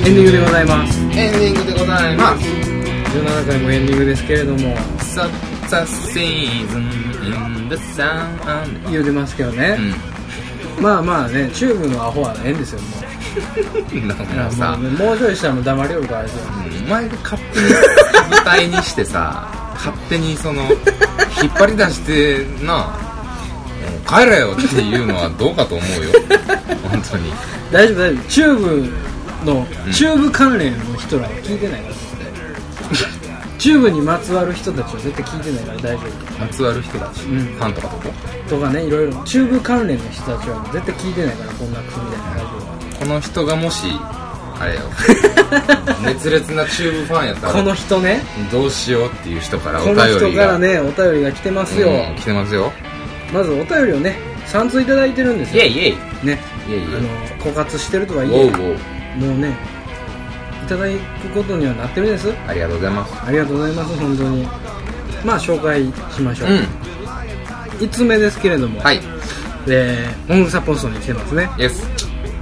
エンディングでございます。 エンディングでございます。 17回もエンディングですけれども、 Such a season in the sun 言うてますけどね、まあまあね、チューブのアホはええんですよ、もうなんかさ、 もうちょいしたらもう黙りよるからですよ、 お前が勝手に舞台にしてさ勝手にその引っ張り出してな帰れよっていうのはどうかと思うよ本当に大丈夫大丈夫、チューブの、チューブ関連の人らは聞いてないからチューブにまつわる人たちは絶対聞いてないから大丈夫。 まつわる人たち、ファンとかとかね、いろいろチューブ関連の人たちは絶対聞いてないから、こんな組みたいなラジオは。 この人がもしあれよ熱烈なチューブファンやったらこの人ね、 どうしようっていう人からお便りが、 この人からね、お便りが来てますよ、 来てますよ。 まずお便りをね3通いただいてるんですよ。 イエイイエイね、 イエイイエイ枯渇してるとはいえ、 おうおうもうねいただくことにはなってるんです。 ありがとうございます。 ありがとうございます、本当に。まあ紹介しましょう。5つ目ですけれども、 はい、 モングサポストに来てますね。 イエス。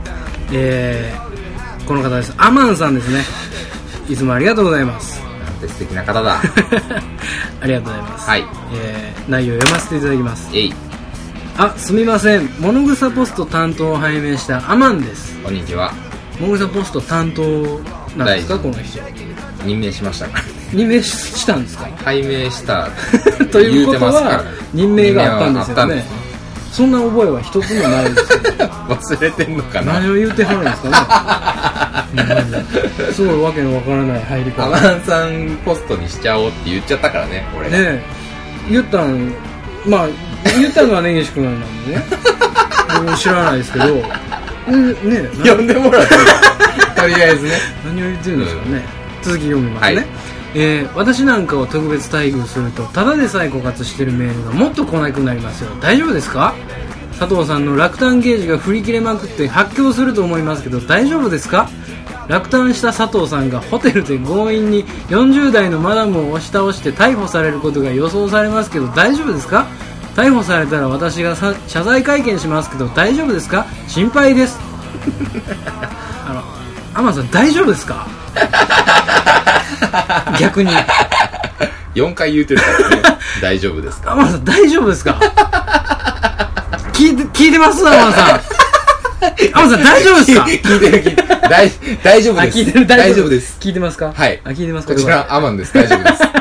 この方です。アマンさんですね。いつもありがとうございます。 なんて素敵な方だありがとうございます。 はい、 内容を読ませていただきます。 えい。 あ、すみません、モノグサポスト担当を拝命したアマンです。 こんにちは。 モノグサポスト担当なんですか、この人。 任命しましたから任命したんですか。 拝命したということは任命があったんですよね。そんな覚えは一つもないですけど忘れてんのかな。 何を言うてはるんですかねすごいわけのわからない入り方。 アマンさんポストにしちゃおうって言っちゃったからね、俺ね。言ったん、まあ言ったのは根岸君なんでね僕知らないですけどね、 呼んでもらってとりあえずね何を言ってるんですかね、続き読みますね、はい。私なんかを特別待遇するとただでさえ枯渇してるメールがもっと来なくなりますよ。大丈夫ですか。佐藤さんの落胆ゲージが振り切れまくって発狂すると思いますけど大丈夫ですか。落胆した佐藤さんがホテルで強引に40代のマダムを押し倒して逮捕されることが予想されますけど大丈夫ですか。逮捕されたら私が謝罪会見しますけど大丈夫ですか。心配ですアマンさん大丈夫ですか逆に 4回言うてるからね大丈夫ですか。 アマンさん大丈夫ですか聞いてますアマンさんアマンさん大丈夫ですか聞いてる大丈夫です。 聞いてる大丈夫です。 聞いてますか。 はい。 聞いてますか。 こちらアマンです。大丈夫です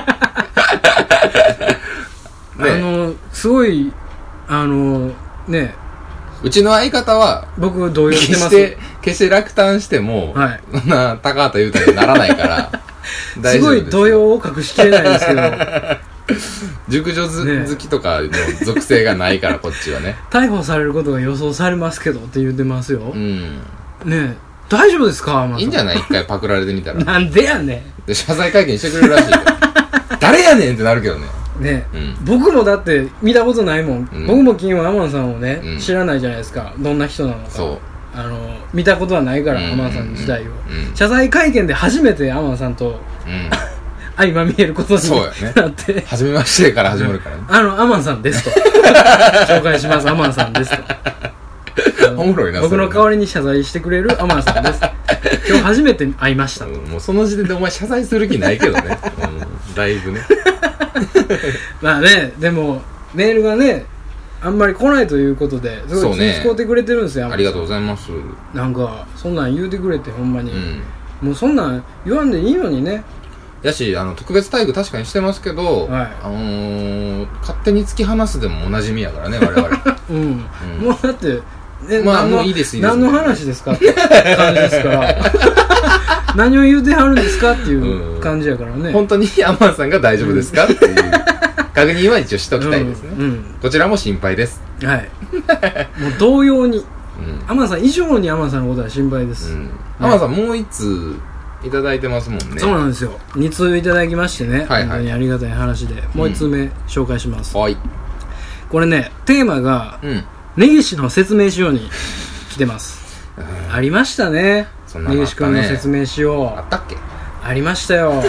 ね、すごいね、 うちの相方は僕動揺してます。 決して落胆しても、 はい、 そんな高畑裕太にならないから大丈夫です。 すごい動揺を隠しきれないですけど熟女好きとかの属性がないからこっちはね逮捕されることが予想されますけどって言ってますよ。 ねえ大丈夫ですか。 いいんじゃない。一回パクられてみたらなんでやねん。 で謝罪会見してくれるらしいよ誰やねんってなるけどね。 ね、僕もだって見たことないもん、僕も金はアマンさんをね、知らないじゃないですか、どんな人なのか。 そう見たことはないから、アマンさん自体を、謝罪会見で初めてアマンさんと、相まみえることになって、 初めましてから始まるからね、 アマンさんですと紹介します、アマンさんですとおもろいな。 僕の代わりに謝罪してくれるアマンさんです今日初めて会いました、 もうその時点でお前謝罪する気ないけどねだいぶねまあね、でもメールがねあんまり来ないということですごい気を使ってくれてるんですよ。 ありがとうございます。 なんかそんなん言うてくれてほんまに、もうそんなん言わんでいいのにね。 やし特別待遇確かにしてますけど、勝手に突き放すでもおなじみやからね我々 もうだってまあもういいです何の話ですかって感じですから何を言うてはるんですかっていう感じやからね。 本当にアマンさんが大丈夫ですかっていう確認は一応しときたいですね。こちらも心配です。 はいもう同様にアマンさん以上にアマンさんのことは心配です。 アマンさんもう一通いただいてますもんね。 そうなんですよ。2通いただきましてね、本当にありがたい話で、もう1通目紹介します。 はい。 これね、テーマが根岸の説明しように来てます。ありましたね。根岸君の説明しよう。 あったっけ？ ありましたよ。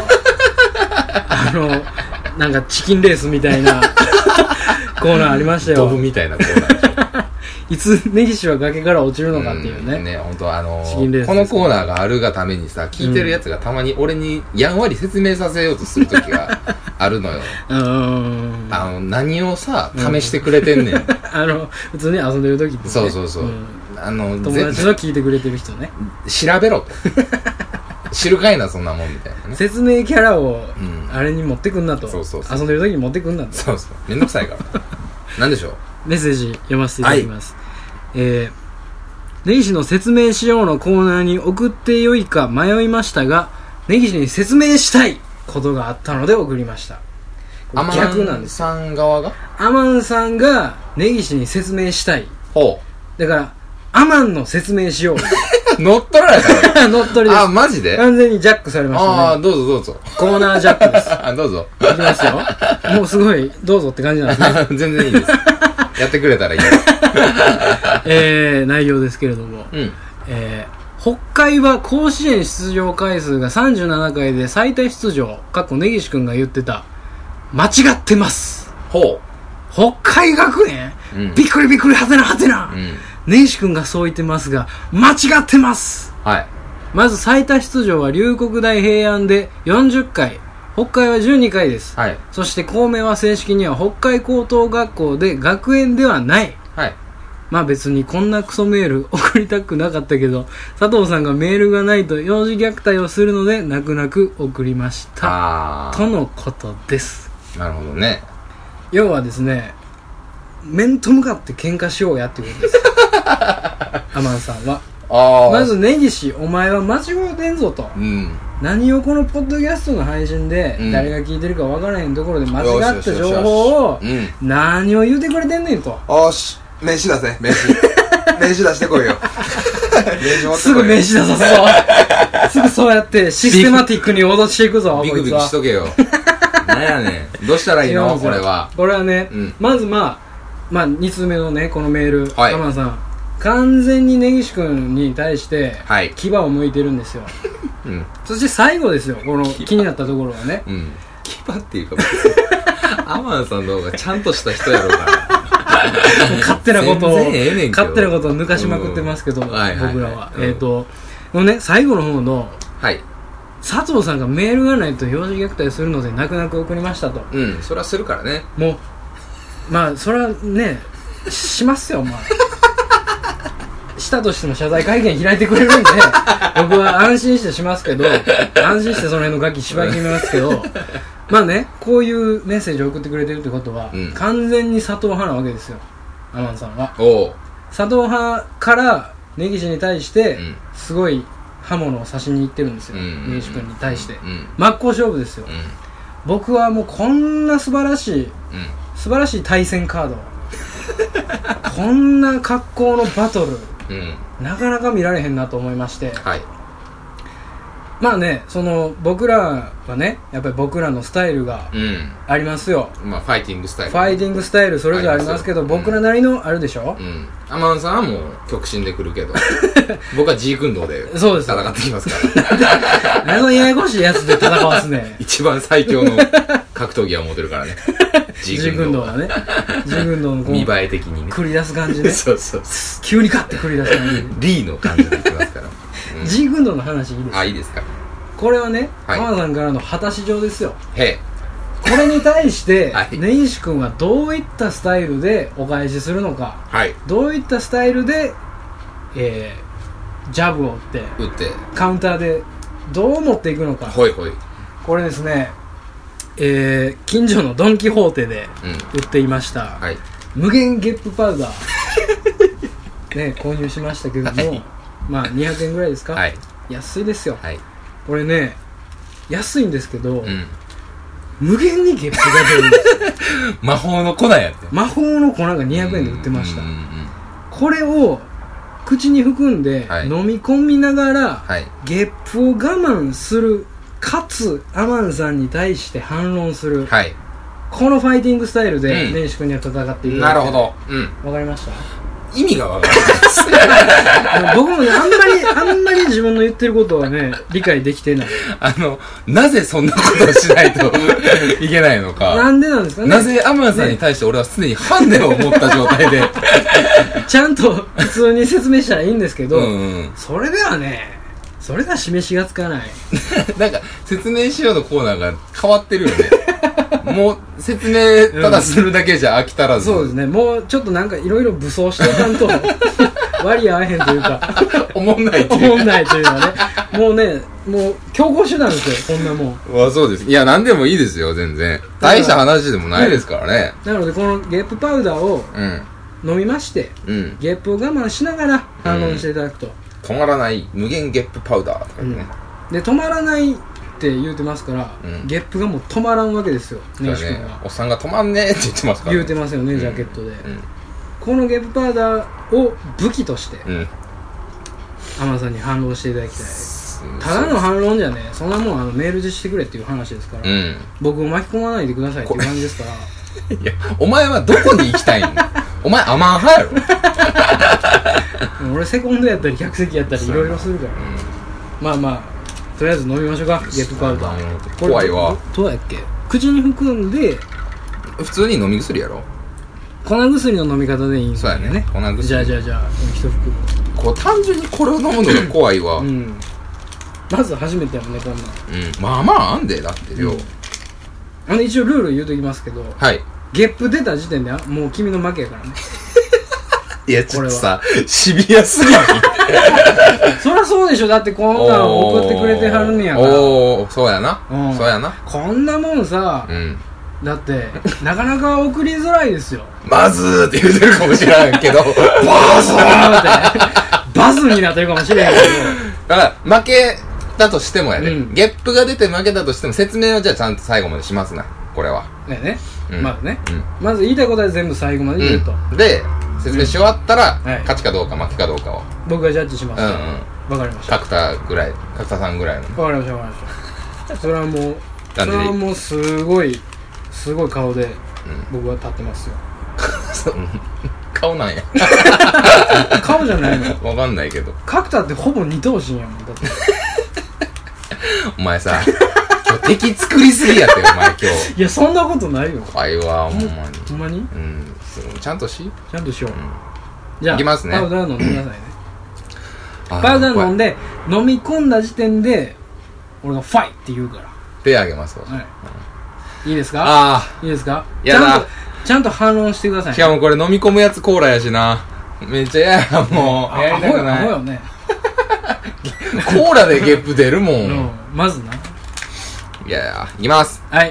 なんかチキンレースみたいなコーナーありましたよ。 ドブみたいなコーナー。 いつ根岸は崖から落ちるのかっていうね、 ね、本当チキンレースこのコーナーがあるがためにさ、聞いてるやつがたまに俺にやんわり説明させようとする時があるのよ。何をさ試してくれてんねん。 普通に遊んでる時って、ね、 そうそうそう、 友達の聞いてくれてる人ね、 調べろと。知るかいなそんなもんみたいなね。 説明キャラをあれに持ってくんなと、 そうそうそう、 遊んでる時に持ってくんなと。 そうそう、めんどくさいからなんでしょう。 メッセージ読ませていただきます、根岸の説明しようのコーナーに送ってよいか迷いましたが、根岸に説明したいことがあったので送りました。逆なんですよ。 アマンさん側が、 アマンさんが根岸に説明したい。 ほうだからアマンの説明しよう。 乗っ取られた乗っ取りです。 あ、マジで完全にジャックされましたね。 ああ、どうぞどうぞ。 コーナージャックです。 どうぞ。 いきますよ。もうすごい、どうぞって感じなんですね。 全然いいです。やってくれたらいい。 内容ですけれども、 うん、 北海は甲子園出場回数が37回で最多出場、根岸くんが言ってた、間違ってます。 ほう。 北海学園、びっくりびっくりはてなはてな。根岸くんがそう言ってますが、間違ってます。 はい。 まず最多出場は龍谷大平安で40回、北海は12回です。 はい。 そして校名は正式には北海高等学校で学園ではない。 はい。 まあ別にこんなクソメール送りたくなかったけど、佐藤さんがメールがないと幼児虐待をするので泣く泣く送りましたとのことです。 なるほどね。 要はですね、面と向かって喧嘩しようやっていうことです。アマンさんはまず根岸、お前は間違うてんぞと、何をこのポッドキャストの配信で誰が聞いてるか分からへんところで間違った情報を何を言うてくれてんねんと。 おし、名刺出せ、名刺名刺出してこいよ。 すぐ名刺出さすぞ。すぐそうやってシステマティックに脅していくぞ。 ビクビクしとけよ。なんやねん、どうしたらいいのこれは。 これはね、まずまあ2通目のねこのメール、 はい、 アマンさん完全に根岸君に対して牙を向いてるんですよ、そして最後ですよ、この気になったところがね、 牙っていうかアマンさんの方がちゃんとした人やろうから勝手なことを抜かしまくってますけど、僕らはのね、最後の方の、佐藤さんがメールがないと幼児虐待するので泣く泣く送りましたと。 それはするからね。 もうまあそれはねしますよ。まあしたとしても謝罪会見開いてくれるんで僕は安心してしますけど、安心してその辺のガキ縛り決めますけどまあね、こういうメッセージを送ってくれてるってことは、完全に佐藤派なわけですよ、アマンさんは。佐藤派から根岸に対してすごい刃物を刺しに行ってるんですよ、根岸君に対して、真っ向勝負ですよ、僕はもうこんな素晴らしい対戦カードこんな格好のバトル、なかなか見られへんなと思いまして、まあね、その僕らはね、やっぱり僕らのスタイルがありますよ、ファイティングスタイル、 ファイティングスタイルそれぞれありますけど、僕らなりのあるでしょ。 アマンさんはもう極真で来るけど僕はジークンドーで戦ってきますからあのややこしいやつで戦わすね一番最強の格闘技は持てるからねジークンドーがね、ジークンドーの見栄え的にね繰り出す感じねそうそう急にガッて繰り出す感じリーの感じでいきますからジークンドーの話いいですか。 いいですか。 これはね、浜田さんからの果たし状ですよ。 へこれに対して根岸君はどういったスタイルでお返しするのか、どういったスタイルで、ジャブを打ってカウンターでどう持っていくのか、これですね、近所のドン・キホーテで売っていました、無限ゲップパウダーね、購入しましたけども、まあ200円ぐらいですか、安いですよ、これね安いんですけど、無限にゲップが出るんです魔法の粉やって、 魔法の粉が200円で売ってました。これを口に含んで飲み込みながら、ゲップを我慢するかつアマンさんに対して反論する、このファイティングスタイルで根岸君には戦っていく。 なるほど、 わかりました。 意味がわからないです僕もね、あんまり自分の言ってることはね、理解できてない。 なぜそんなことをしないといけないのか。 なんでなんですかね。 なぜアマンさんに対して俺はすでにハンデを持った状態でちゃんと普通に説明したらいいんですけど、 うん、 それでは示しがつかない。 なんか説明しようのコーナーが変わってるよね。もう説明ただするだけじゃ飽き足らず、 そうですね。もうちょっとなんかいろいろ武装しておかんと割合合えへんというかおもんないというかね、もう強行手段ですよ、こんなもん。 あ、そうです。いや、なんでもいいですよ、全然。大した話でもないですからね。 なのでこのゲップパウダーを飲みまして、ゲップを我慢しながら反論していただくと、 止まらない無限ゲップパウダーとかね、 で止まらないって言うてますから、ゲップがもう止まらんわけですよ。 ねし君がおっさんが止まんねえって言ってますから、 言うてますよね、ジャケットで、このゲップパウダーを武器として、アマさんに反論していただきたい。ただの反論じゃね、そんなもんメールでしてくれっていう話ですから、僕を巻き込まないでくださいっていう感じですからいや、お前はどこに行きたいのお前アマン派やろ俺セコンドやったり客席やったりいろいろするから、まあまあとりあえず飲みましょうか、ゲップパウダー。 怖いわ。 どうやっけ、口に含んで普通に飲み薬やろ。 粉薬の飲み方でいいんですよね。 そうやね、粉薬。 じゃあ一袋こう単純にこれを飲むのが怖いわまず初めてやもんね、こんなん。 まあまああんで、だって量、 一応ルール言うときますけど、 はい、 ゲップ出た時点でもう君の負けやからねいや、ちょっとさ、シビアすぎるそりゃそうでしょ、だってこんなん送ってくれてはるんやから。 そうやな、そうやな。 こんなもんさ、だってなかなか送りづらいですよ。 まずーって言うてるかもしれんけどバズーってバズになってるかもしれんけど、 だから負けだとしてもやね、ゲップが出て負けたとしても説明はじゃあちゃんと最後までしますな、これはね、まずね、まず言いたいことは全部最後まで言うと、 で説明し終わったら、勝ちかどうか負けかどうかを僕がジャッジします。わかりました。 角田さんぐらいの。 わかりましたそれはもうすごい顔で僕は立ってますよ顔なんや顔じゃないのわかんないけど、 角田ってほぼ二頭身やもん。だってお前さ今日敵作りすぎやってお前今日いや、そんなことないよ。 怖いわ、ほんまに。 ほんまにちゃんとしよう、 じゃあいきますね。 パウダー飲んでくださいねパウダー飲んで飲み込んだ時点で俺がファイって言うから手あげますわ。 いいですか？いいですか？ちゃんと反論してください。 しかもこれ飲み込むやつコーラやしな。めっちゃ嫌や、もう。やりたくない。 アホよね。 コーラでゲップ出るもん。 まずな。 いや、いきます。 はい。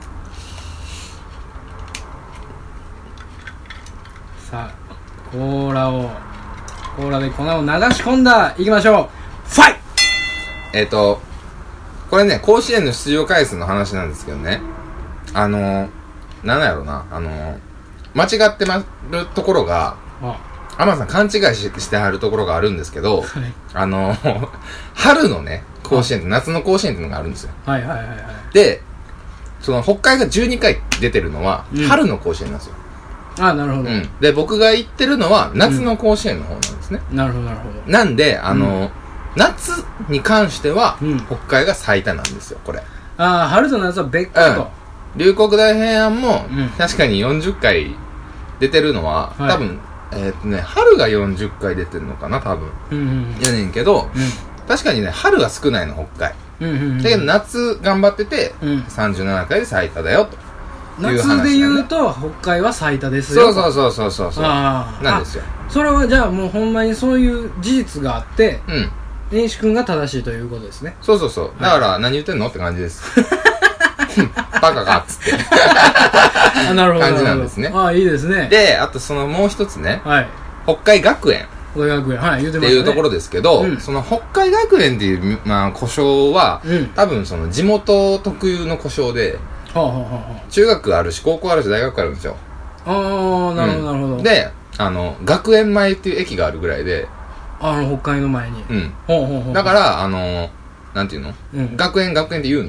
さあ、コーラで粉を流し込んだ。いきましょう。ファイ！ これね、甲子園の出場回数の話なんですけどね。なんやろな、間違ってるところが、アマンさん勘違いしてはるところがあるんですけど、春のね、甲子園って、夏の甲子園っていうのがあるんですよ。で、その、北海が12回出てるのは、春の甲子園なんですよ。 なるほど。 で、僕が行ってるのは、夏の甲子園の方なんですね。 なるほど。 なんで、夏に関しては、北海が最多なんですよ、これ。 春と夏は別個と。 龍谷大平安も、確かに40回出てるのは、多分、春が40回出てるのかな、多分。やねんけど、確かにね、春が少ないの、北海。だけど、夏頑張ってて、37回で最多だよ、と。 夏で言うと、北海は最多ですよ。 そう。なんですよ。 それはじゃあもうほんまにそういう事実があって、根岸君が正しいということですね。 そう。だから何言ってんのって感じです。バカかっつってなるほど感じなんですね。 いいですね。 で、あとそのもう一つね、北海学園っていうところですけど、その北海学園っていう、呼称は、多分その地元特有の呼称で、中学あるし高校あるし大学あるんですよ。 なるほど。 で、学園前っていう駅があるぐらいで、 北海の前に。 だからなんていうの、学園って言うのよ。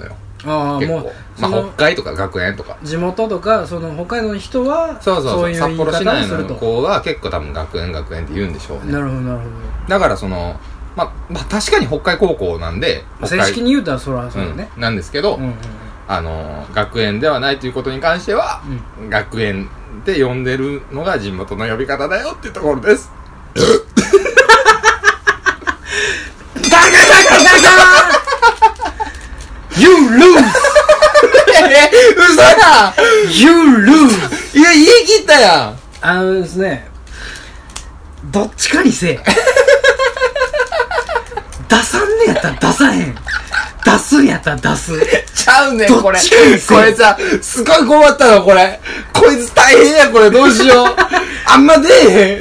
ああ、 結構もうまあ北海とか学園とか地元とかその北海道の人はそういう言い札幌市方をすると。 内の子は結構多分学園って言うんでしょうね。 なるほどなるほだからそのまあ確かに北海高校なんでど。正式に言うたらそれはそうだね。 なんですけど、 うんうん学園ではないということに関しては、学園って呼んでるのが地元の呼び方だよっていうところです。 You lose! 嘘や You lose! いや、言い切ったやん。 ですね、どっちかにせえ。出さんねやったら出さへん。出すんやったら出す。 ちゃうねん、これ。 どっちかにせえこれさ、すごい困ったの、これ。こいつ大変や、これ、どうしよう。あんま出えへん。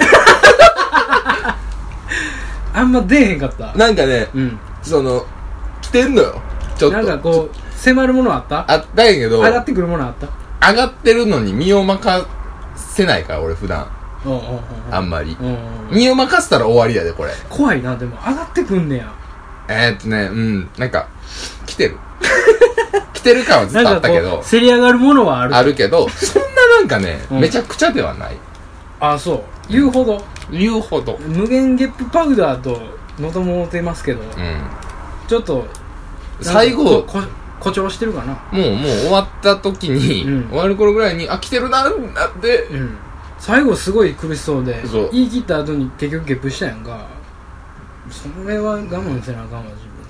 あんま出えへんかった。 なんかね、その、来てんのよ。ちょっと。 なんかこう、迫るものあった？ あったんやけど、 上がってくるものあった？ 上がってるのに身を任せないから、俺、普段。あんまり。身を任せたら終わりやで、これ。 怖いな、でも上がってくんねや。 なんか、来てる。来てる感はずっとあったけど。 せり上がるものはある。 あるけど、そんななんかね、めちゃくちゃではない。 あ、そう。言うほど。 言うほど。 無限ゲップパウダーと元もてますけど、ちょっと、 最後、 誇張してるかな。 もう終わった時に、終わる頃ぐらいに、あ、来てるな、なって、 最後すごい苦しそうで、 そう言い切った後に結局ゲップしたやんか。それは我慢せなあかんわ、自分。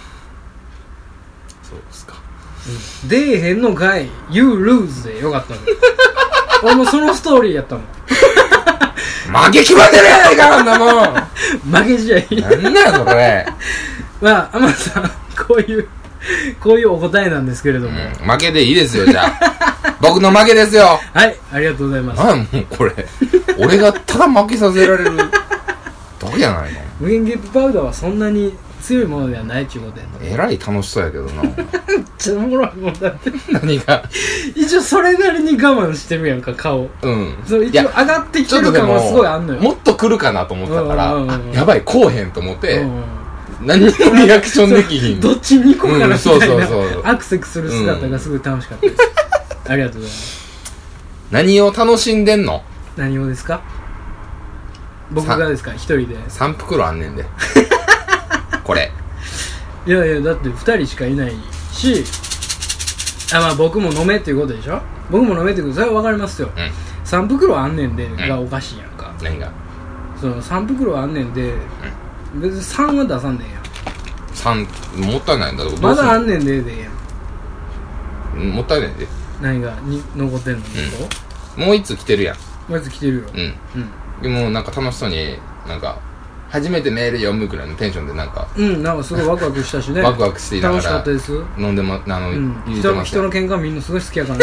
そうですか。 出えへんのかい You lose でよかったの。俺もそのストーリーやったもん。 負け決まってるやないか、あんなもん。 負け試合。 なんだよ、それ。 まあ、天野さん、こういうお答えなんですけれども。 負けでいいですよ、じゃあ。僕の負けですよ。 はい、ありがとうございます。 なんもうこれ。俺がただ負けさせられるだけやないの。 無限ゲップパウダーはそんなに強いものではないっちゅうことやんの。 えらい楽しそうやけどな。 めっちゃおもろいもんだって。 何が一応それなりに我慢してるやんか、顔。そう一応上がってきてる感はすごいあんのよ。 もっと来るかなと思ってたから、やばい、こうへんと思って、何にもリアクションできひん。 どっちに行こうかなみたいなそうアクセクする姿がすごい楽しかったです。ありがとうございます。 何を楽しんでんの？ 何をですか？僕がですか？一人で 3袋あんねんで。これ。 いやいや、だって2人しかいないし、まあ僕も飲めっていうことでしょ。僕も飲めってことそれは分かりますよ。3袋あんねんでがおかしいやんか。 何が？ その3袋あんねんで、別に3は出さんねんや。 3もったいないんだけど、 まだあんねんでええやん。 もったいないで。 何が残ってんの？ もう1つ来てるやん。 もう1つ来てるよ。 でもなんか楽しそうになんか初めてメール読むくらいのテンションでなんかなんかすごいワクワクしたしね。 ワクワクしていながら楽しかったです。 飲んでま入れてました。 人の喧嘩みんなすごい好きやからね。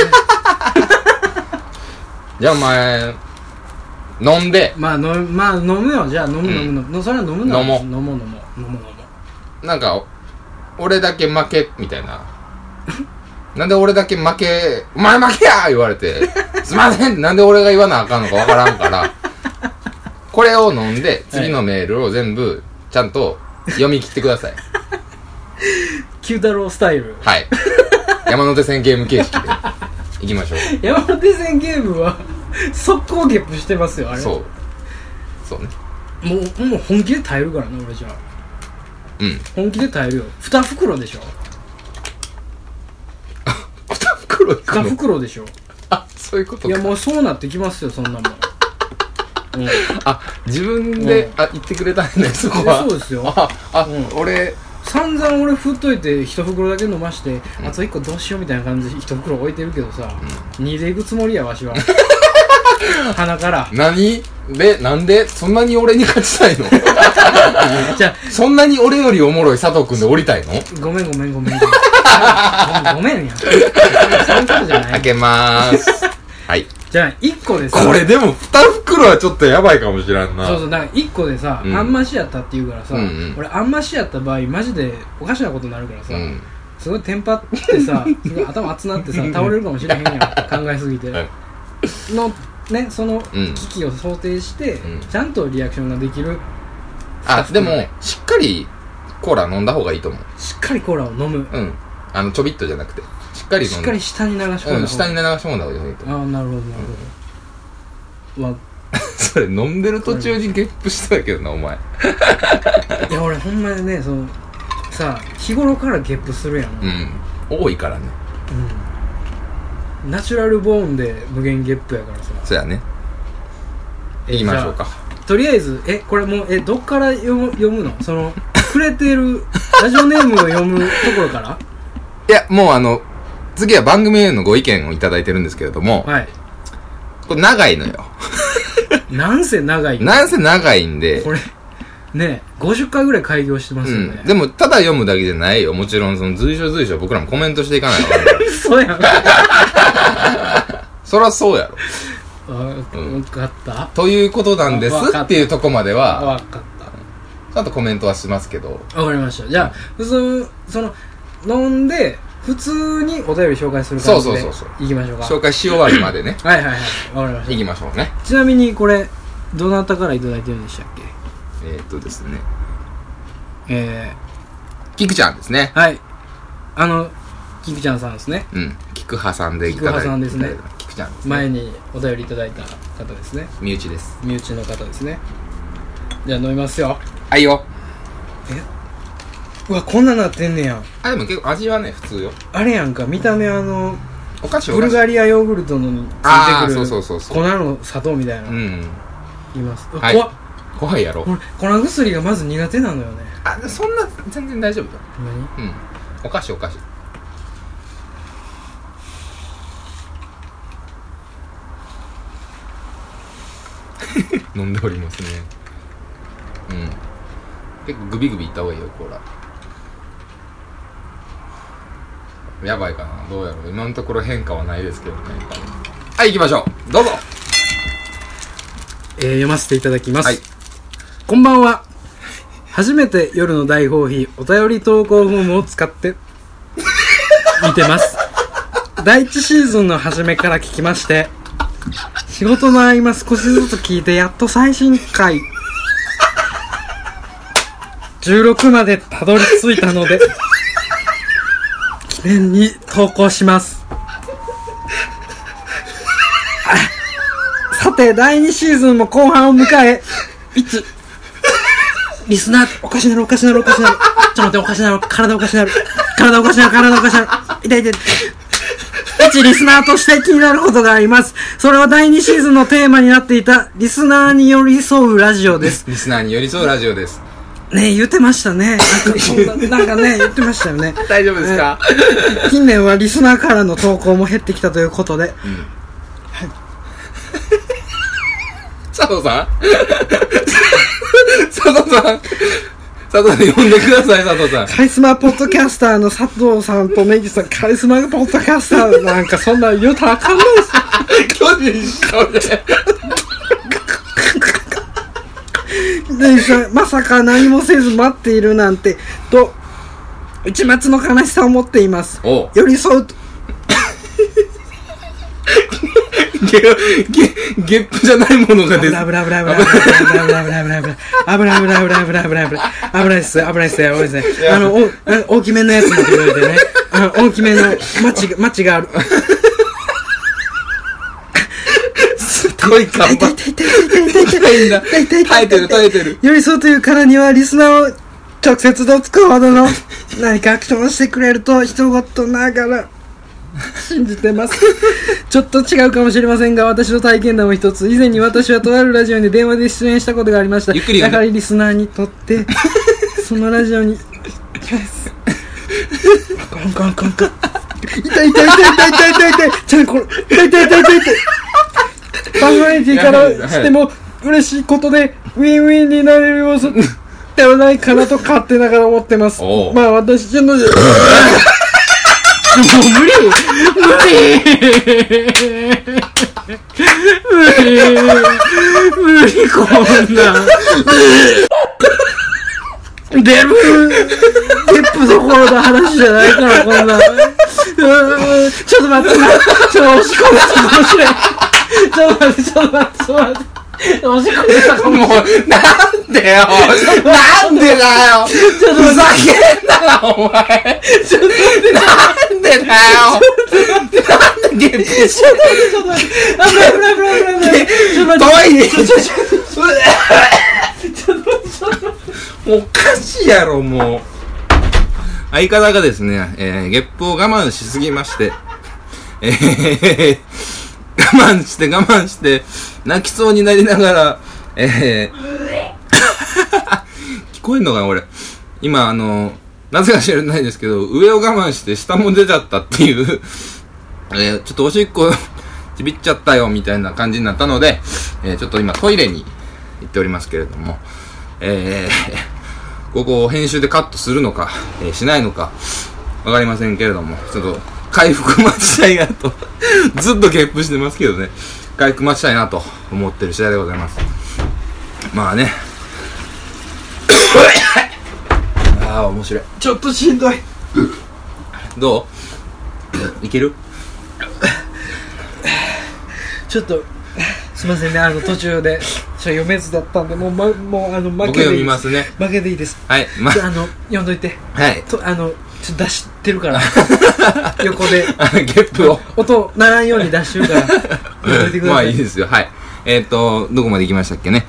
じゃあお前飲んで飲むよ。じゃあ飲むそれは飲むの。 飲もう。なんか俺だけ負けみたいな。なんで俺だけ負け、お前負けや言われて、すいませんってなんで俺が言わなあかんのかわからんから、これを飲んで、次のメールを全部、ちゃんと読み切ってください。 九太郎スタイル。 はい。山手線ゲーム形式で、いきましょう。 山手線ゲームは、速攻ゲップしてますよ、あれ。 そうね。 もう本気で耐えるからね、俺じゃあ。本気で耐えるよ。2袋でしょ。2袋でしょ。 あ、そういうことか。 いやもうそうなってきますよ、そんなもん。 あ、自分で、言ってくれたんね、そこは。 そうですよ。 俺散々俺振っといて1袋だけ飲まして、あと1個どうしようみたいな感じで1袋置いてるけどさ、2でいくつもりやわしは。鼻から。 なんでそんなに俺に勝ちたいの？ じゃあそんなに俺よりおもろい佐藤くんで降りたいの？ ごめんごめんやん。そういうことじゃない。 開けまーす。はい。 じゃあ1個でさ、 これでも2袋はちょっとやばいかもしれんな。 そうだから1個でさ、あんましやったって言うからさ、俺あんましやった場合マジでおかしなことになるからさ、すごいテンパってさ、すごい頭熱なってさ、倒れるかもしれへんやん、考えすぎてのね、その危機を想定して、ちゃんとリアクションができる。 でもしっかりコーラ飲んだ方がいいと思う。 しっかりコーラを飲む。 ちょびっとじゃなくてしっかり飲んでしっかり下に流し込んだ方が、 下に流し込んだ方がいいと。 ああ、なるほどなるほど、 それ飲んでる途中にゲップしたけどなお前。 いや俺ほんまにね、さ日頃からゲップするやん。 多いからね。 ナチュラルボーンで無限ゲップやからさ。 そうやね。言いましょうか。 とりあえずこれもうどっから読むの？くれてるラジオネームを読むところから？ いやもう次は番組へのご意見をいただいてるんですけれども、 はい。 これ長いのよ。 なんせ長いんで。 これね50回ぐらい開業してますよね。 でもただ読むだけじゃないよ。もちろん随所僕らもコメントしていかないと。 そうやん。 そらそうやろ。 分かった。 ということなんですっていうとこまでは分かった。 ちゃんとコメントはしますけど。 わかりました。じゃあ飲んで普通にお便り紹介する感じでいきましょうか。 紹介し終わるまでね。 はいわかりました。 いきましょうね。 ちなみにこれどなたからいただいてるんでしたっけ？ ですね、 キクちゃんですね。 はい、キクちゃんさんですね。 キクハさんでいただいた。 キクハさんですね。 キクちゃんですね。 前にお便りいただいた方ですね。 身内です。 身内の方ですね。じゃあ飲みますよ。 はいよ。 うわ、こんななってんねやん。 でも結構味はね普通よ。 あれやんか、見た目お菓子ブルガリアヨーグルトのについてくるそう粉の砂糖みたいな、います。 怖いやろ。 粉薬がまず苦手なのよね。 そんな全然大丈夫だ。 何？ お菓子飲んでおりますね。結構グビグビいった方がいいよコーラ。やばいかな、どうやろう。今のところ変化はないですけどね。はい、行きましょう。どうぞ。 読ませていただきます。はい、こんばんは。初めて夜の大放棄お便り投稿フォームを使って見てます。第1シーズンの初めから聞きまして、仕事の合間少しずつ聞いてやっと最新回16までたどり着いたので記念に投稿します。さて第2シーズンも後半を迎え、いつリスナーおかしなるちょっと待っておかしなる体おかしなる痛い一リスナーとして気になることがあります。それは第2シーズンのテーマになっていたリスナーに寄り添うラジオです。 リスナーに寄り添うラジオですね。言ってましたね。なんかね言ってましたよね。 大丈夫ですか？ 近年はリスナーからの投稿も減ってきたということで、 佐藤さん呼んでください。佐藤さん、 カリスマポッドキャスターの佐藤さんとネギさん、カリスマポッドキャスターなんかそんな言うたらあかんないですよ。巨人しかネギさん、まさか何もせず待っているなんてと一抹の悲しさを持っています。寄り添うとゲップじゃないものが出る。 危ないっすね。大きめのやつ持ってくれてね。大きめのマチがある。 すごい看板。耐えてる。 寄り添うというからにはリスナーを直接と使うほどの何かアクションをしてくれると一言ながら信じてます。ちょっと違うかもしれませんが、私の体験談を一つ。以前に私はとあるラジオに電話で出演したことがありました。やはりリスナーにとってそのラジオにコン痛いちょっとこれ痛いパーソナリティからしても嬉しいことでウィンウィンになれる要素ではないかなと勝手ながら思ってます。まあ私のもう無理こんな出るゲップどころの話じゃないからこんなちょっと待ってちょっと押し込めたかもしれん。ちょっと待って押し込めたかも。もうなんでよなんでだよふざけんなお前ちょっと待ってプちょっと待って危ないかわいいねちょっとおかしいやろもう。相方がですね、ゲップを我慢しすぎまして、我慢して泣きそうになりながら、聞こえんのかな俺。今なぜか知らないですけど、上を我慢して下も出ちゃったっていう、ちょっとおしっこちびっちゃったよみたいな感じになったので、ちょっと今トイレに行っておりますけれども、ここを編集でカットするのか、しないのかわかりませんけれども、ちょっと回復待ちたいなとずっとゲップしてますけどね、回復待ちたいなと思ってる次第でございます。まあねああ面白い。 ちょっとしんどい。 どういける？ ちょっとすいませんね、途中で読めずだったんで、もう負僕けでいいです。 読みますね。 負けでいいです。 はい、 読んどいて。 はい。 ちょっと出してるから横でゲップを音ならんように出してるから読んどいてください。 まあいいですよ。はい。どこまで行きましたっけね。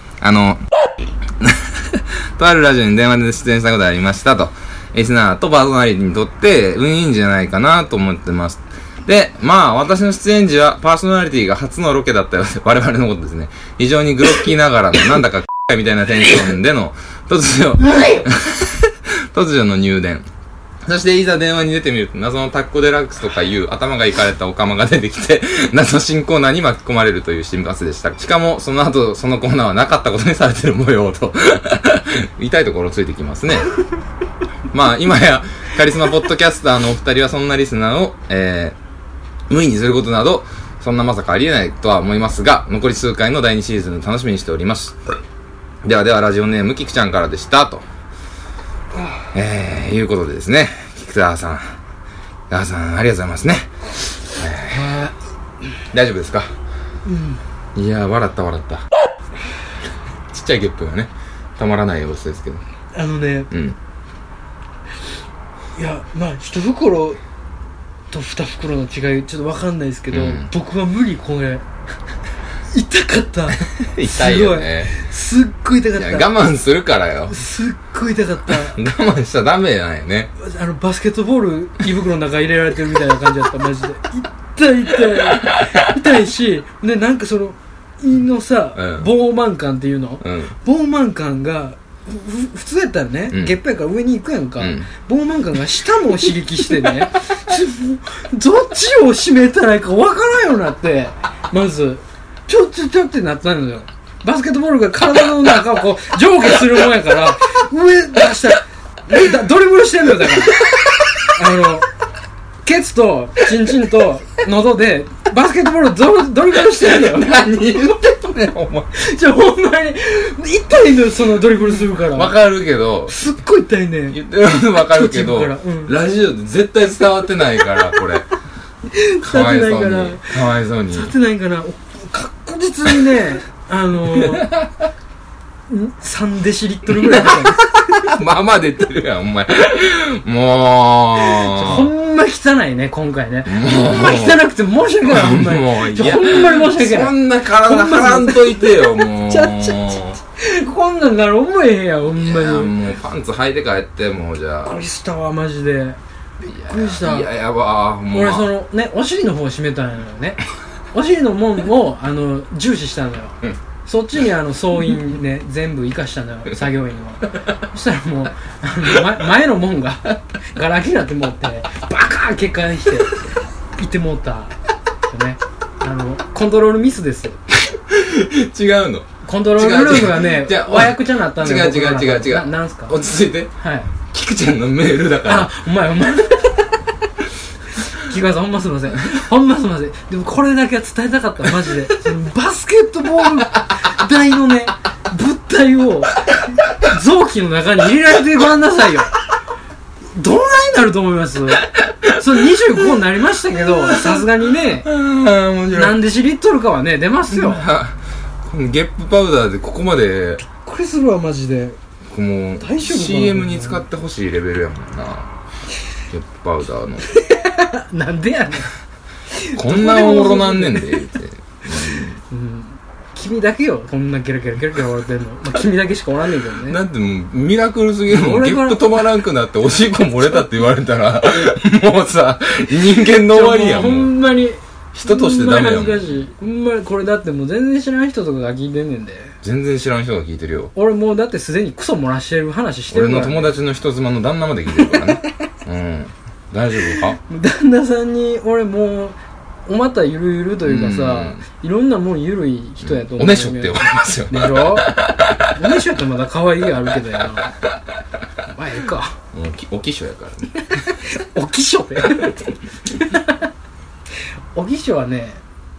とあるラジオに電話で出演したことがありましたと。リスナーとパーソナリティにとって運いいんじゃないかなと思ってます。で、まあ私の出演時はパーソナリティが初のロケだったようで、我々のことですね。非常にグロッキーながらの、なんだかみたいなテンションでの突如の入電。そしていざ電話に出てみると、謎のタッコデラックスとかいう頭がいかれたオカマが出てきて、謎新コーナーに巻き込まれるという新発でした。しかも、その後、そのコーナーはなかったことにされてる模様と、痛いところついてきますね。まあ、今や、カリスマポッドキャスターのお二人はそんなリスナーを、無意にすることなど、そんなまさかありえないとは思いますが、残り数回の第2シーズン楽しみにしております。ではラジオネームキクちゃんからでしたと。いうことでですね、菊田さん、ありがとうございますね。大丈夫ですか？うん。いやー、笑った。ちっちゃいゲップがね、たまらない様子ですけど。 うん。いや、まあ、一袋と二袋の違い、ちょっとわかんないですけど、僕は無理、これ。痛かった痛いよね。 すっごい痛かった。 我慢するからよ。 すっごい痛かった。 我慢しちゃダメなんよね。 バスケットボール胃袋の中入れられてるみたいな感じだった。マジで痛いし、ね、なんかその胃のさ、膨満感っていうの、膨満感が普通やったらね、ゲップやから上に行くやんか、膨満感が下も刺激してねどっちを締めたらいいかわからんようになって、まずちょってなったのよ。バスケットボールが体の中をこう上下するもんやから上出したらドリブルしてんのよ。だからケツとチンチンと喉でバスケットボールドリブルしてんのよ。 何言ってんねんお前。 ほんまに痛いのよ、そのドリブルするから。 わかるけど、 すっごい痛いねん。 言ってるのわかるけど、ラジオで絶対伝わってないからこれ。かわいそうに。 伝わってないから確実にね、3デシリットルぐらいまあまあ出てるやんお前。もうほんま汚いね今回ね。ほんま汚くて申し訳ない。ほんまにほんまに申し訳ない。 そんな体張らんといてよもう。 こんなんなら思えへんやんほんまに。 もうパンツ履いて帰ってもう。じゃあびっくりしたわマジで。びっくりした。 いややばもう。 俺そのねお尻の方を締めたんやのよね。お尻のもんを重視したのよ、そっちに総員ね全部生かしたのよ作業員は。そしたらもう前のもんがガラ空きになってもってバカー結果にしていってもったよね。コントロールミスです。 違うの。 コントロールルームがね和訳ちゃなったんだよ。 違うなんすか。 落ち着いて。 はい。 キクちゃんのメールだから。 あ、お前木川さんほんますいません。でもこれだけは伝えたかったマジで。そのバスケットボール台のね物体を臓器の中に入れられてごらんなさいよ。どんなになると思います？それ25になりましたけど、さすがにね何デシリットルかはね出ますよ。 ゲップパウダーでここまで。 これするわマジで。 もう CM に使ってほしいレベルやもんな。ゲップパウダーのなんでやねん。 こんなおもろなんねんで言って、 君だけよこんなケラケラケラケラ笑ってんの、まあ、君だけしかおらんねんけどね。 だってもうミラクルすぎるもん。ゲップ止まらんくなっておしっこ漏れたって言われたらもうさ人間の終わりやもん。 ほんまに人としてダメやもん。 恥ずかしい。ほんまにこれだってもう全然知らん人とかが聞いてんねんで。 全然知らん人が聞いてるよ。 俺もうだってすでにクソ漏らしてる話してるから、 俺の友達の人妻の旦那まで聞いてるからね大丈夫か。 旦那さんに俺もうおまたゆるゆるというかさ、いろんなもんゆるい人やと思う、 おねしょって呼ばれますよ。 でしょおねしょってまだ可愛いがあるけどやな。まあええか。 おきしょやからね。 おきしょっておきしょはね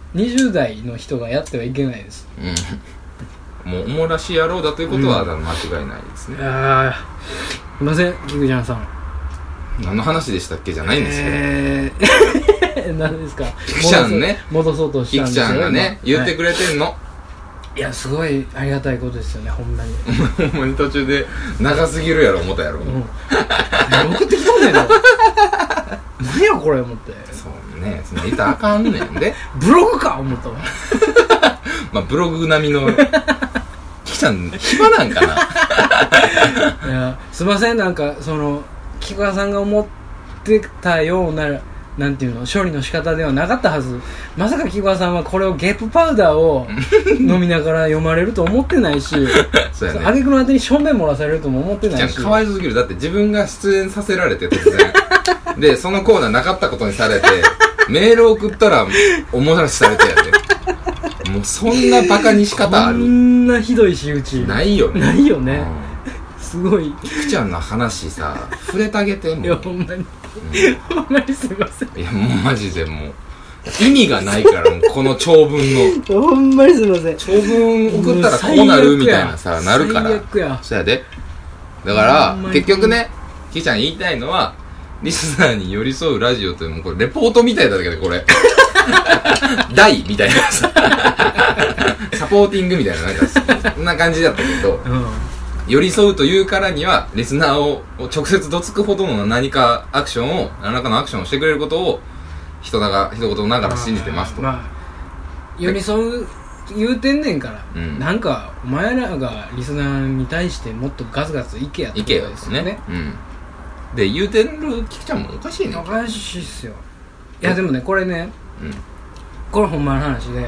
20代の人がやってはいけないです。 もうおもらし野郎だということは間違いないですね。 すいませんキクちゃんさん、 何の話でしたっけじゃないんですけど、 何ですか。 キクちゃんね、 戻そうとしたんですよ。 キクちゃんがね言ってくれてんの、 いやすごいありがたいことですよねほんまに。 ほんまに途中で長すぎるやろ思ったやろ、 送ってきとんねんの何やこれ思って。 そうね、そんな言ったらあかんねんでブログか思ったわまあブログ並みのキクちゃん暇なんかな。 いやすいません、なんかその木川さんが思ってたようななんていうの処理の仕方ではなかったはず。まさか木川さんはこれをゲップパウダーを飲みながら読まれると思ってないしそうやね、 挙句の果てに正面漏らされるとも思ってないし。 かわいそうすぎる。だって自分が出演させられて突然でそのコーナーなかったことにされてメール送ったらおもらしされてやでもうそんなバカに仕方ある。 こんなひどい仕打ちないよね。 ないよね、すごい。 キクちゃんの話さ触れてあげてもう。 いやほんまに、ほんまにすいません。 いやもうマジでもう意味がないからもうこの長文のほんまにすいません。 長文送ったらこうなるみたいなさなるから。 最悪や。 そうやで。だから結局ねキクちゃん言いたいのはリスナーに寄り添うラジオというもうこれレポートみたいだけどこれ大みたいなさサポーティングみたいななんかそんな感じだったけど、寄り添うというからにはリスナーを直接どつくほどの何かアクションを何らかのアクションをしてくれることを一言ながら信じてますと。 まあ寄り添う言うてんねんから、なんかお前らがリスナーに対してもっとガツガツいけやってことですよね。 で言うてるキクちゃんもおかしいね。 おかしいっすよ。いやでもねこれね、これほんまの話で、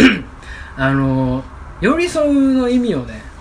寄り添うの意味をね、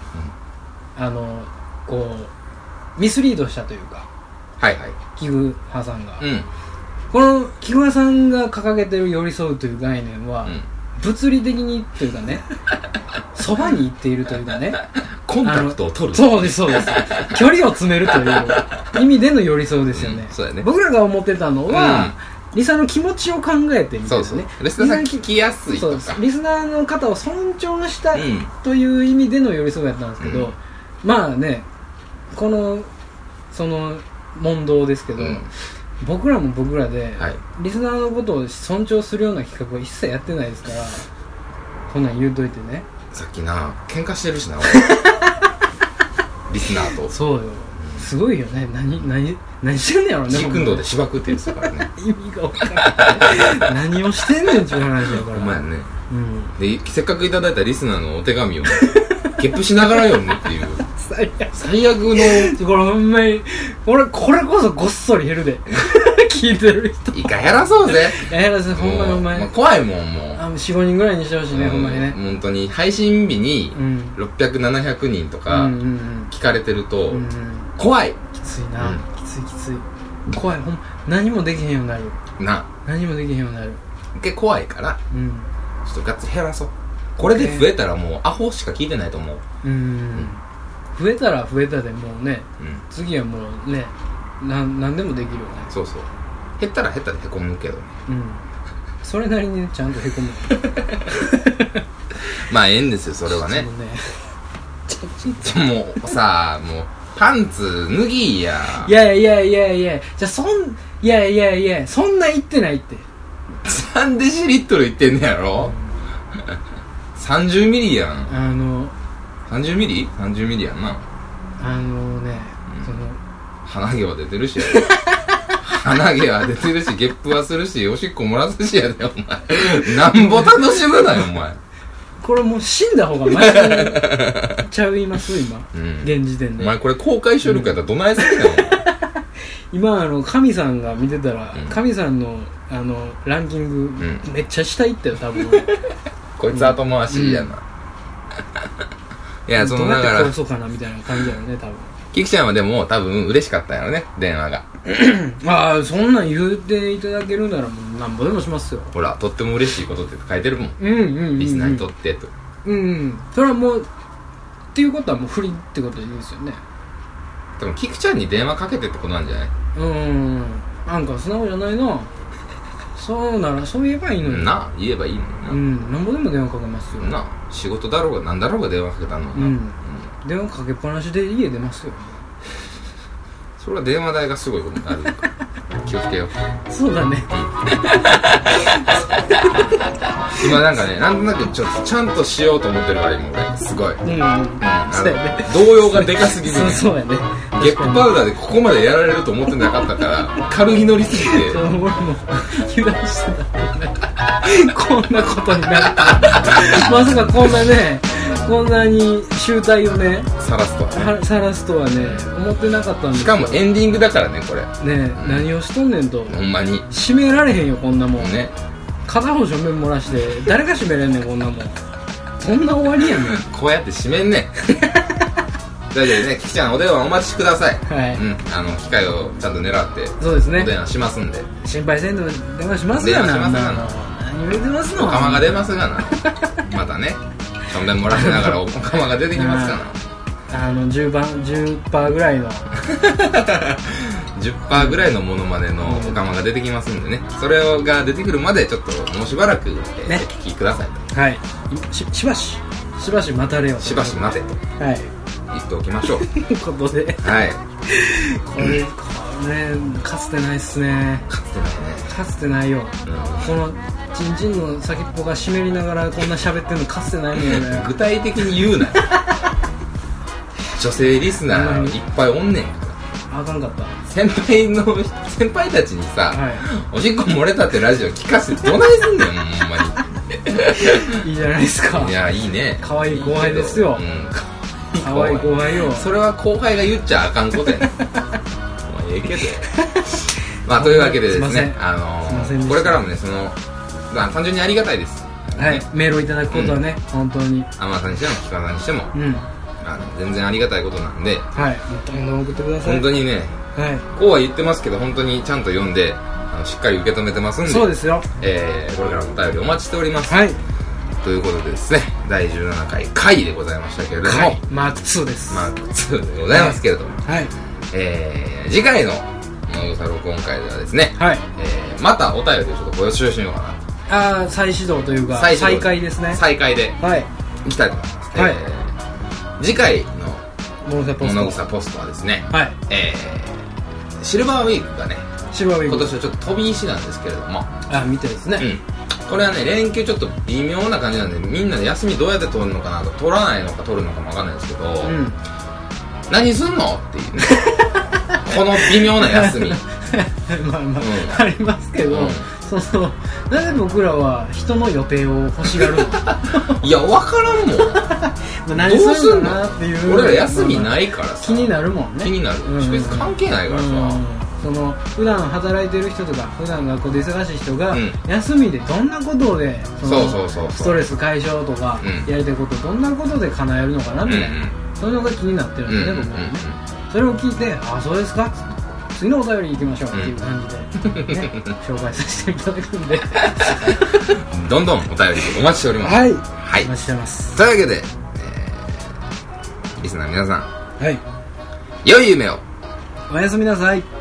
こうミスリードしたというか、キク派さんが、このキク派さんが掲げてる寄り添うという概念は、物理的にというかねそばに行っているというかねコンタクトを取る。 そうですそうです距離を詰めるという意味での寄り添うですよね。 そうやね。 僕らが思ってたのは、リスナーの気持ちを考えてみたいなね。 そうリスナーさん聞きやすいとか、 リスナーの方を尊重したという意味での寄り添いやったんですけど、まあねその問答ですけど、僕らも僕らで、リスナーのことを尊重するような企画は一切やってないですから、こんなん言うといてね。 さっきな喧嘩してるしなリスナーと。そうよ、 すごいよね。何してんねやろね。 ジークンドーでしばくって言ってたからね意味が分からない何をしてんねんっていう話だから。 お前ね、でせっかくいただいたリスナーのお手紙をゲップしながら読むっていう最悪のこれほんまにこれこそごっそり減るで聞いてる人一回減らそうぜ。 やらせほんまにお前、 怖いもんもう 4,5 人ぐらいにしてほしいね、ほんまにね。 本当に配信日に600、700人とか聞かれてると怖い。 きついな、きつい怖い。ほんま何もできへんようになるな。何もできへんようになる。 結構怖いから、ちょっとガッツ減らそう。これで増えたらもうアホしか聞いてないと思う。増えたら増えたでもうね、次はもうね何でもできるよね。そう減ったらへこむけどね。それなりにちゃんとへこむまあええんですよそれはね。もうさもうパンツ脱ぎや。いやじゃあそんな言ってないって3デシリットル言ってんねやろ、30ミリやん。30ミリやんな。その鼻毛は出てるし鼻毛は出てるし、ゲップはするし、おしっこ漏らすしやで、お前。なんぼ楽しむなよ、お前。 これもう死んだ方がマシちゃいます今、現時点で。 お前これ公開収録やったらどないするの？ 今神さんが見てたら、神さんのランキング、めっちゃ下いったよ多分。 こいつ後回しやな。いや、そのだからどうやって殺そうかなみたいな感じだよね多分。 キキちゃんはでも多分嬉しかったんやろね、電話が。 ああ、そんなん言っていただけるならもうなんぼでもしますよ。 ほら、とっても嬉しいことって書いてるもん。リスナーにとってと。 それはもうっていうことはもう不倫ってことでいいですよね。 でもキクちゃんに電話かけてってことなんじゃない？ なんか素直じゃないな。そうならそう言えばいいのになあ、言えばいいのにな。なんぼでも電話かけますよ。 なあ、仕事だろうがなんだろうが電話かけたのにな。 電話かけっぱなしで家出ますよ。 それは電話代がすごいことになるから気をつけよう。 そうだね。 今なんかね、なんとなくちょっとちゃんとしようと思ってるから今俺すごい。そうやね。 動揺がでかすぎる、ね。 そうやね。 ゲップパウダーでここまでやられると思ってなかったから軽気乗りすぎて。 俺も油断してた。こんなことになる。まさかこんなね。こんなに集大をね晒すとはね思ってなかったんです。 しかもエンディングだからねこれね、何をしとんねんと。 ほんまに閉められへんよこんなもんね。 片方正面漏らして誰が閉めれんねんこんなもん。そんな終わりやねん。 こうやって閉めんねん。大丈夫ね。キキちゃんお電話お待ちください。 はい、 機会をちゃんと狙ってそうですね、 お電話しますんで。 心配せんと電話しますがな。 電話しますがな。 何言うてますの。 お釜が出ますがな。またねしょんべん漏らしながらお釜が出てきますから。 10% ぐらいの 10% ぐらいのモノマネのお釜が出てきますんでね。それが出てくるまでちょっともうしばらく、お聞きくださいと。 はい。しばし待たれよ。 しばし待てと。 はい。 言っておきましょう。 ということで。 はい。 これかつてないっすね。 かつてないね。 かつてないよ。このチンチンの先っぽが湿りながらこんな喋ってんのかつてないのよね。 具体的に言うなよ。女性リスナーいっぱいおんねんから。 あかんかった。 先輩たちにさ、おしっこ漏れたってラジオ聞かせてどないすんねんほんまに。いいじゃないですか。 いやいいね。 可愛い後輩ですよ。可愛い後輩よ。 それは後輩が言っちゃあかんことやね。ええけど。まあというわけでですね、これからもね単純にありがたいです。 はい、メールをいただくことはね、本当に天野さんにしてもキカさんにしても、全然ありがたいことなんで、 はい、どんどん送ってください。 本当にね、こうは言ってますけど本当にちゃんと読んでしっかり受け止めてますんで、 そうですよ。 これからもお便りお待ちしております。 はい。 ということでですね、第17回回でございましたけれども、 マーク2です。 マーク2でございますけれども、 はい。 次回の物草録音会ではですね、はい。またお便りをちょっと募集しようかなと。 再始動というか再開ですね。 再開でいきたいと思います。はい。次回の物草ポストはですね、はい。シルバーウィークがね、今年はちょっと飛び石なんですけれども、 みたいですね。 これはね、連休ちょっと微妙な感じなんで、みんなで休みどうやって取るのかなと、取らないのか取るのかもわかんないですけど、何すんのっていうね。この微妙な休み。 ありますけど、なぜ僕らは人の予定を欲しがるの？ いや、わからんもん。 何するのかなっていう。 俺ら休みないからさ。 気になるもんね。 気になる。別に関係ないからさ。 普段働いてる人とか普段学校で忙しい人が休みでどんなことでストレス解消とかやりたいことどんなことで叶えるのかなみたいな、そういうのが気になってるんですね、僕はね。それを聞いて、そうですか、次のお便り行きましょうっていう感じで、ね、紹介させていただくんでどんどんお便りお待ちしております。 はい、お待ちしてます。 というわけで、リスナーの皆さん、良い夢を。 おやすみなさい。